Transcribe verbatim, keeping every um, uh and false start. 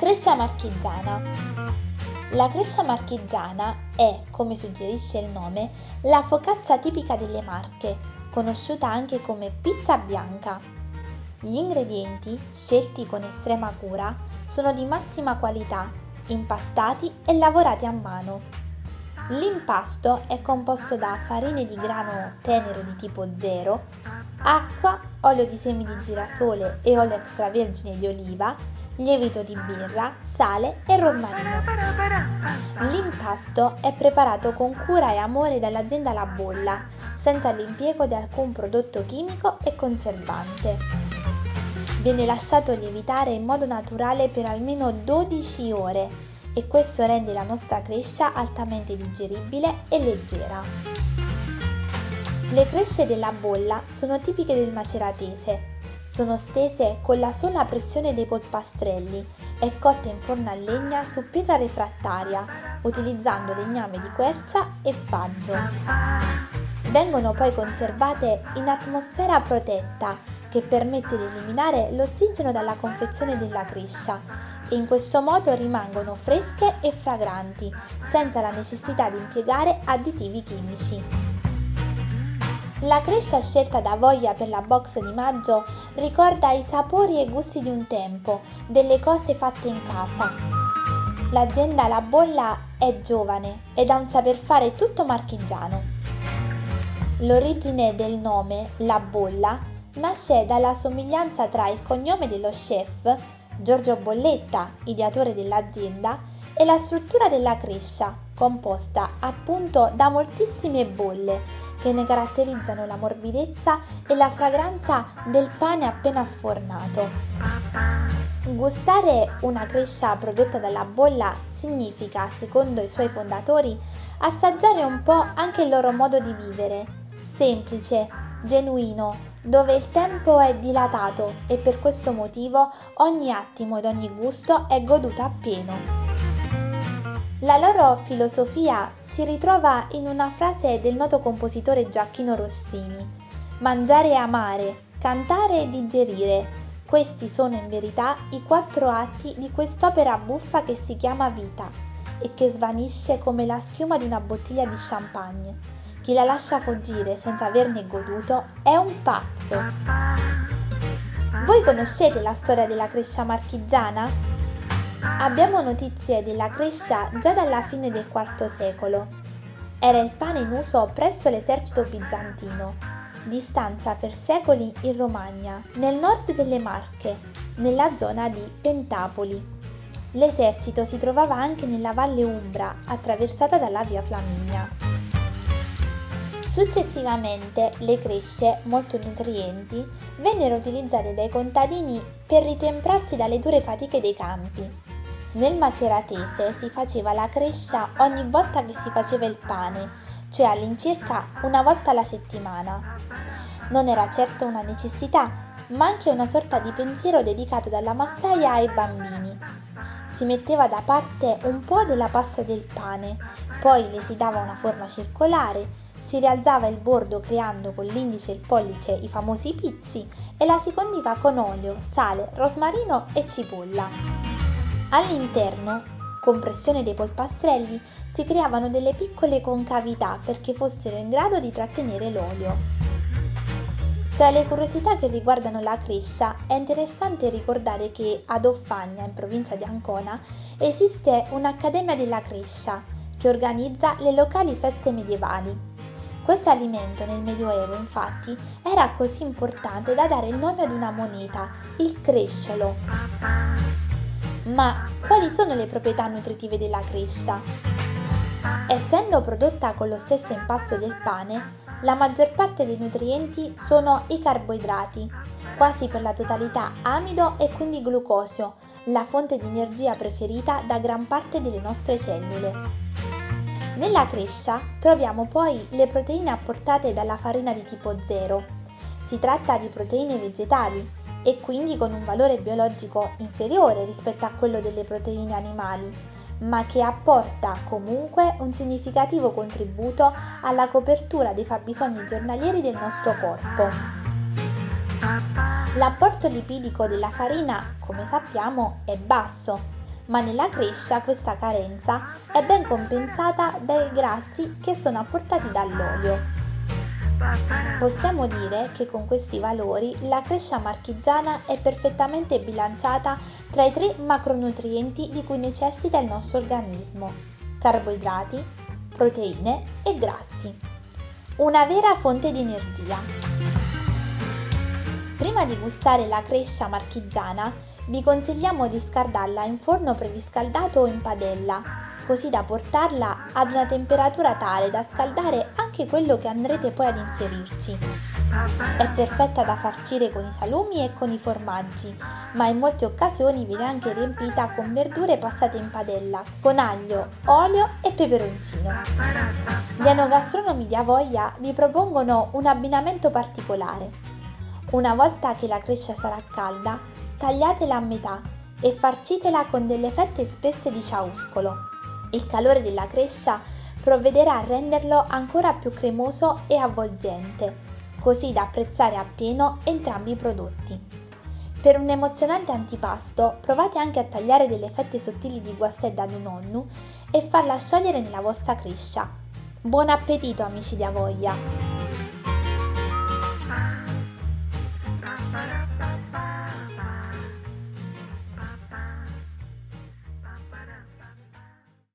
Crescia marchigiana. La crescia marchigiana è, come suggerisce il nome, la focaccia tipica delle Marche, conosciuta anche come pizza bianca. Gli ingredienti, scelti con estrema cura, sono di massima qualità, impastati e lavorati a mano. L'impasto è composto da farine di grano tenero di tipo zero, acqua, olio di semi di girasole e olio extravergine di oliva, lievito di birra, sale e rosmarino. L'impasto è preparato con cura e amore dall'azienda La Bolla, senza l'impiego di alcun prodotto chimico e conservante. Viene lasciato lievitare in modo naturale per almeno dodici ore e questo rende la nostra crescia altamente digeribile e leggera. Le cresce della Bolla sono tipiche del maceratese. Sono stese con la sola pressione dei polpastrelli e cotte in forno a legna su pietra refrattaria, utilizzando legname di quercia e faggio. Vengono poi conservate in atmosfera protetta, che permette di eliminare l'ossigeno dalla confezione della crescia, e in questo modo rimangono fresche e fragranti, senza la necessità di impiegare additivi chimici. La crescia scelta da Voglia per la box di maggio ricorda i sapori e gusti di un tempo, delle cose fatte in casa. L'azienda La Bolla è giovane ed ha un saper fare tutto marchigiano. L'origine del nome La Bolla nasce dalla somiglianza tra il cognome dello chef, Giorgio Bolletta, ideatore dell'azienda, e la struttura della crescia, composta appunto da moltissime bolle, che ne caratterizzano la morbidezza e la fragranza del pane appena sfornato. Gustare una crescia prodotta dalla Bolla significa, secondo i suoi fondatori, assaggiare un po' anche il loro modo di vivere, semplice, genuino, dove il tempo è dilatato e per questo motivo ogni attimo ed ogni gusto è goduto appieno. La loro filosofia si ritrova in una frase del noto compositore Gioacchino Rossini: mangiare e amare, cantare e digerire, questi sono in verità i quattro atti di quest'opera buffa che si chiama vita e che svanisce come la schiuma di una bottiglia di champagne. Chi la lascia fuggire senza averne goduto è un pazzo. Voi conoscete la storia della crescia marchigiana? Abbiamo notizie della crescia già dalla fine del quarto secolo. Era il pane in uso presso l'esercito bizantino, di stanza per secoli in Romagna, nel nord delle Marche, nella zona di Pentapoli. L'esercito si trovava anche nella Valle Umbra, attraversata dalla via Flaminia. Successivamente le cresce, molto nutrienti, vennero utilizzate dai contadini per ritemprarsi dalle dure fatiche dei campi. Nel maceratese si faceva la crescia ogni volta che si faceva il pane, cioè all'incirca una volta alla settimana. Non era certo una necessità, ma anche una sorta di pensiero dedicato dalla massaia ai bambini. Si metteva da parte un po' della pasta del pane, poi le si dava una forma circolare, si rialzava il bordo creando con l'indice e il pollice i famosi pizzi e la si condiva con olio, sale, rosmarino e cipolla. All'interno, con pressione dei polpastrelli, si creavano delle piccole concavità perché fossero in grado di trattenere l'olio. Tra le curiosità che riguardano la crescia è interessante ricordare che ad Offagna, in provincia di Ancona, esiste un'Accademia della Crescia che organizza le locali feste medievali. Questo alimento nel Medioevo, infatti, era così importante da dare il nome ad una moneta, il cresciolo. Ma quali sono le proprietà nutritive della crescia? Essendo prodotta con lo stesso impasto del pane, la maggior parte dei nutrienti sono i carboidrati, quasi per la totalità amido e quindi glucosio, la fonte di energia preferita da gran parte delle nostre cellule. Nella crescia troviamo poi le proteine apportate dalla farina di tipo zero. Si tratta di proteine vegetali e quindi con un valore biologico inferiore rispetto a quello delle proteine animali, ma che apporta comunque un significativo contributo alla copertura dei fabbisogni giornalieri del nostro corpo. L'apporto lipidico della farina, come sappiamo, è basso, ma nella crescia questa carenza è ben compensata dai grassi che sono apportati dall'olio. Possiamo dire che con questi valori la crescia marchigiana è perfettamente bilanciata tra i tre macronutrienti di cui necessita il nostro organismo: carboidrati, proteine e grassi. Una vera fonte di energia. Prima di gustare la crescia marchigiana, vi consigliamo di scaldarla in forno preriscaldato o in padella, così da portarla ad una temperatura tale da scaldare anche quello che andrete poi ad inserirci. È perfetta da farcire con i salumi e con i formaggi, ma in molte occasioni viene anche riempita con verdure passate in padella, con aglio, olio e peperoncino. Gli enogastronomi di Avoya vi propongono un abbinamento particolare. Una volta che la crescia sarà calda, tagliatela a metà e farcitela con delle fette spesse di ciauscolo. Il calore della crescia provvederà a renderlo ancora più cremoso e avvolgente, così da apprezzare appieno entrambi i prodotti. Per un emozionante antipasto, provate anche a tagliare delle fette sottili di guastedda di nonno e farla sciogliere nella vostra crescia. Buon appetito, amici di Avoya!